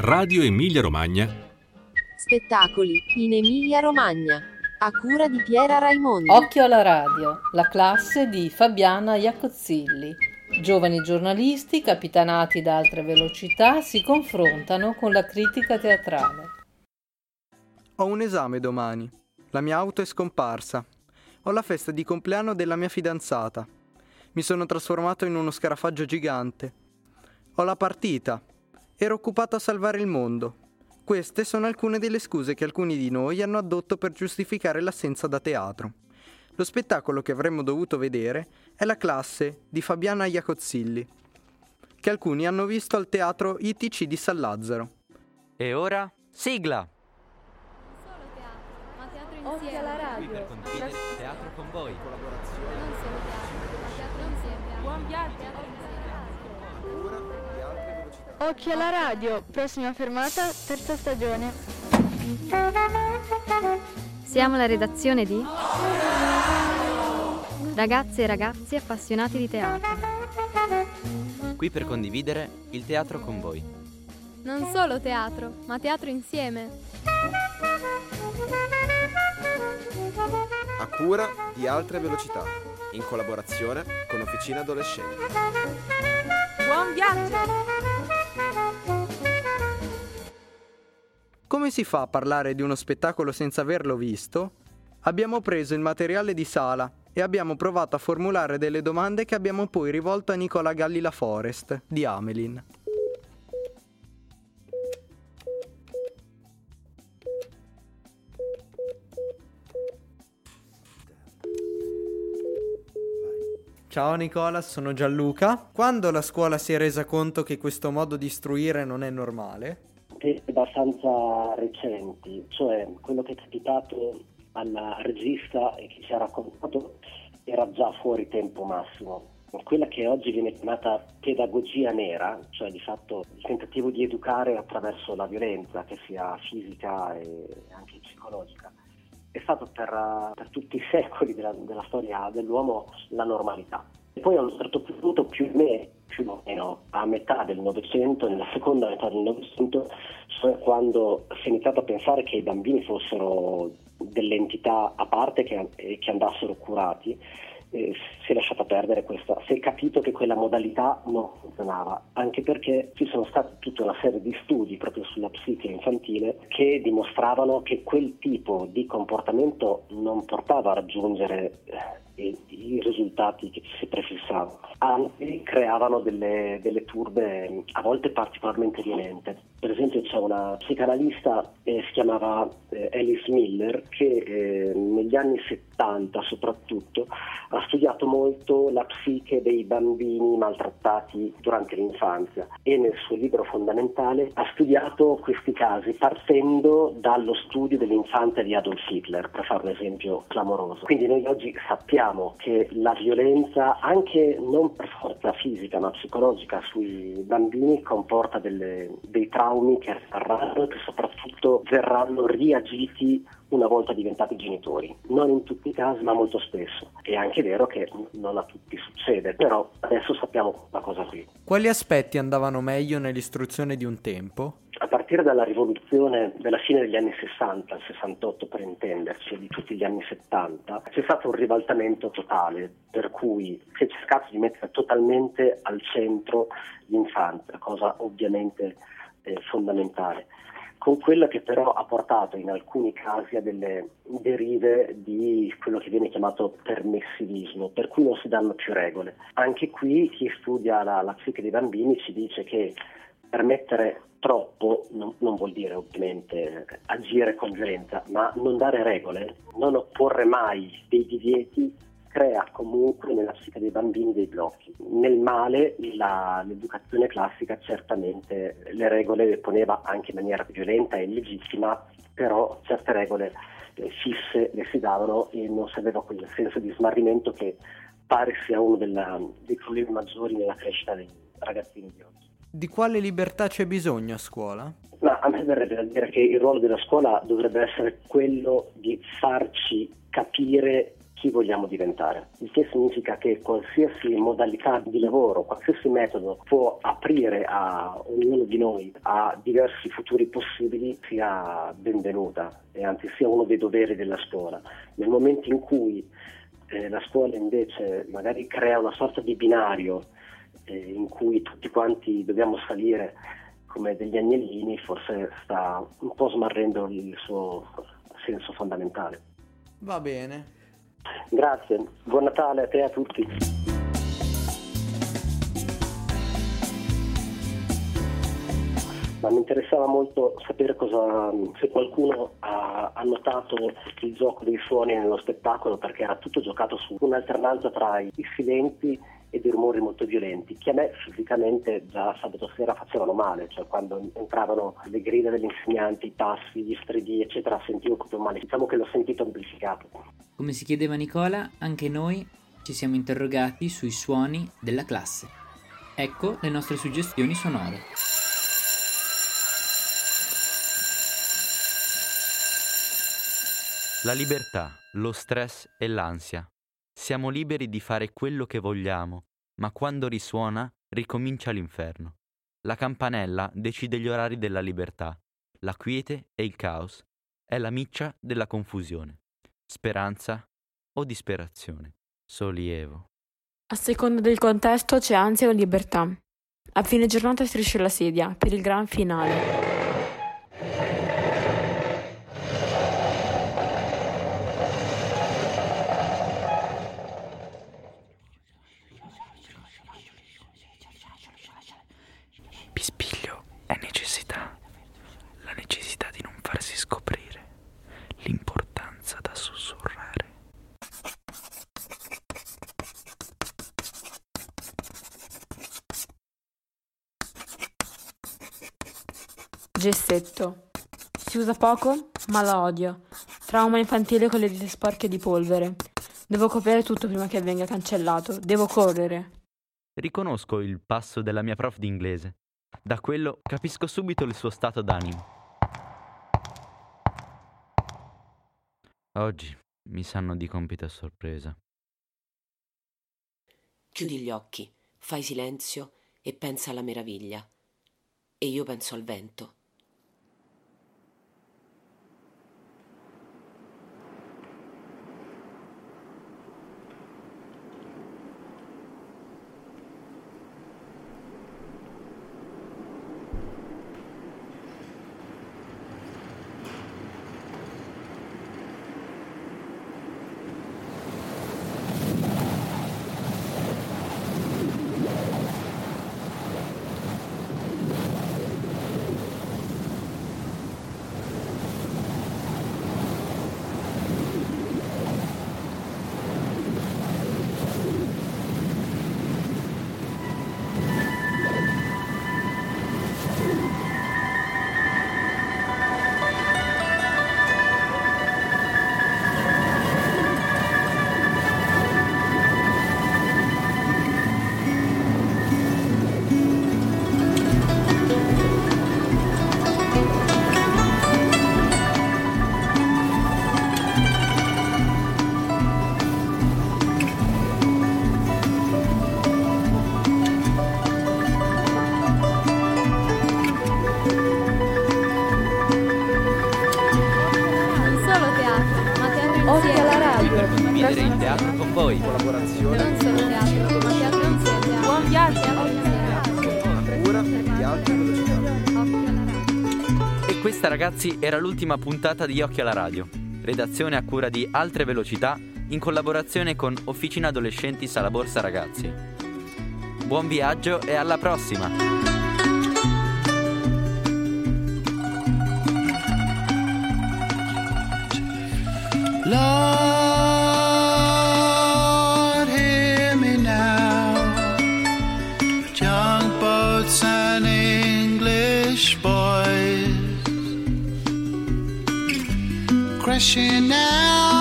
Radio Emilia Romagna. Spettacoli in Emilia Romagna, a cura di Piera Raimondi. Occhio alla radio, la classe di Fabiana Iacozzilli. Giovani giornalisti, capitanati da altre velocità, si confrontano con la critica teatrale. Ho un esame domani. La mia auto è scomparsa. Ho la festa di compleanno della mia fidanzata. Mi sono trasformato in uno scarafaggio gigante. Ho la partita. Ero occupato a salvare il mondo. Queste sono alcune delle scuse che alcuni di noi hanno addotto per giustificare l'assenza da teatro. Lo spettacolo che avremmo dovuto vedere è La classe di Fabiana Iacozzilli, che alcuni hanno visto al teatro ITC di San Lazzaro. E ora, sigla! Occhio alla radio. Teatro con voi. Buon viaggio. Occhio alla radio, prossima fermata, terza stagione. Siamo la redazione di ragazze e ragazzi appassionati di teatro. Qui per condividere il teatro con voi. Non solo teatro, ma teatro insieme. A cura di Altre Velocità, in collaborazione con Officina Adolescente. Buon viaggio! Come si fa a parlare di uno spettacolo senza averlo visto? Abbiamo preso il materiale di sala e abbiamo provato a formulare delle domande che abbiamo poi rivolto a Nicola Galli La Forest, di Amelin. Ciao Nicola, sono Gianluca. Quando la scuola si è resa conto che questo modo di istruire non è normale? Abbastanza recenti, cioè quello che è capitato alla regista e che ci ha raccontato era già fuori tempo massimo. Quella che oggi viene chiamata pedagogia nera, cioè di fatto il tentativo di educare attraverso la violenza, che sia fisica e anche psicologica, è stato per tutti i secoli della storia dell'uomo la normalità. E poi a un certo punto, più o meno a metà del Novecento, nella seconda metà del Novecento, cioè quando si è iniziato a pensare che i bambini fossero delle entità a parte che andassero curati, si è lasciata perdere questa, si è capito che quella modalità non funzionava, anche perché ci sono stati tutta una serie di studi proprio sulla psiche infantile che dimostravano che quel tipo di comportamento non portava a raggiungere i risultati che ci si prefissava, anzi creavano delle turbe a volte particolarmente violente. Per esempio c'è una psicanalista, si chiamava Alice Miller, che negli anni 70 soprattutto ha studiato molto la psiche dei bambini maltrattati durante l'infanzia e nel suo libro fondamentale ha studiato questi casi partendo dallo studio dell'infanzia di Adolf Hitler, per fare un esempio clamoroso. Quindi noi oggi sappiamo che la violenza, anche non per forza fisica ma psicologica, sui bambini comporta dei traumi che arranno e che soprattutto verranno riagiti una volta diventati genitori. Non in tutti i casi, ma molto spesso. È anche vero che non a tutti succede, però adesso sappiamo questa cosa qui. Quali aspetti andavano meglio nell'istruzione di un tempo? A partire dalla rivoluzione della fine degli anni 60, il 68 per intenderci, di tutti gli anni 70, c'è stato un ribaltamento totale, per cui si è cercato di mettere totalmente al centro l'infanzia, cosa ovviamente fondamentale, con quella che però ha portato in alcuni casi a delle derive di quello che viene chiamato permissivismo, per cui non si danno più regole. Anche qui chi studia la psiche dei bambini ci dice che permettere troppo non vuol dire ovviamente agire con violenza, ma non dare regole, non opporre mai dei divieti, crea comunque nella psiche dei bambini dei blocchi. Nel male l'educazione classica certamente le regole le poneva anche in maniera violenta e illegittima, però certe regole fisse le si davano e non si aveva quel senso di smarrimento che pare sia uno dei problemi maggiori nella crescita dei ragazzini di oggi. Di quale libertà c'è bisogno a scuola? Ma a me verrebbe da dire che il ruolo della scuola dovrebbe essere quello di farci capire chi vogliamo diventare. Il che significa che qualsiasi modalità di lavoro, qualsiasi metodo può aprire a ognuno di noi a diversi futuri possibili, sia benvenuta e anzi sia uno dei doveri della scuola. Nel momento in cui la scuola invece magari crea una sorta di binario in cui tutti quanti dobbiamo salire come degli agnellini, forse sta un po' smarrendo il suo senso fondamentale. Va bene. Grazie, buon Natale a te e a tutti. Ma mi interessava molto sapere se qualcuno ha notato il gioco dei suoni nello spettacolo, perché era tutto giocato su un'alternanza tra i silenzi e dei rumori molto violenti, che a me fisicamente già sabato sera facevano male, cioè quando entravano le grida degli insegnanti, i passi, gli stridii, eccetera, sentivo proprio male. Diciamo che l'ho sentito amplificato. Come si chiedeva Nicola, anche noi ci siamo interrogati sui suoni della classe. Ecco le nostre suggestioni sonore. La libertà, lo stress e l'ansia. Siamo liberi di fare quello che vogliamo, ma quando risuona, ricomincia l'inferno. La campanella decide gli orari della libertà. La quiete e il caos è la miccia della confusione. Speranza o disperazione. Sollievo. A seconda del contesto c'è ansia o libertà. A fine giornata striscia la sedia per il gran finale. Pispiglio è necessità, la necessità di non farsi scoprire, l'importanza da sussurrare. Gessetto. Si usa poco, ma la odio. Trauma infantile con le dita sporche di polvere. Devo coprire tutto prima che venga cancellato. Devo correre. Riconosco il passo della mia prof di inglese. Da quello capisco subito il suo stato d'animo. Oggi mi sanno di compito a sorpresa. Chiudi gli occhi, fai silenzio e pensa alla meraviglia. E io penso al vento. Condividere il teatro con voi. Collaborazione. Non solo teatro, ma teatro insieme. Buon viaggio! Cura di alta velocità. E questa, ragazzi, era l'ultima puntata di Occhi alla Radio. Redazione a cura di Altre Velocità in collaborazione con Officina Adolescenti Sala Borsa Ragazzi. Buon viaggio e alla prossima! Lord, hear me now. Young boats and English boys crashing now.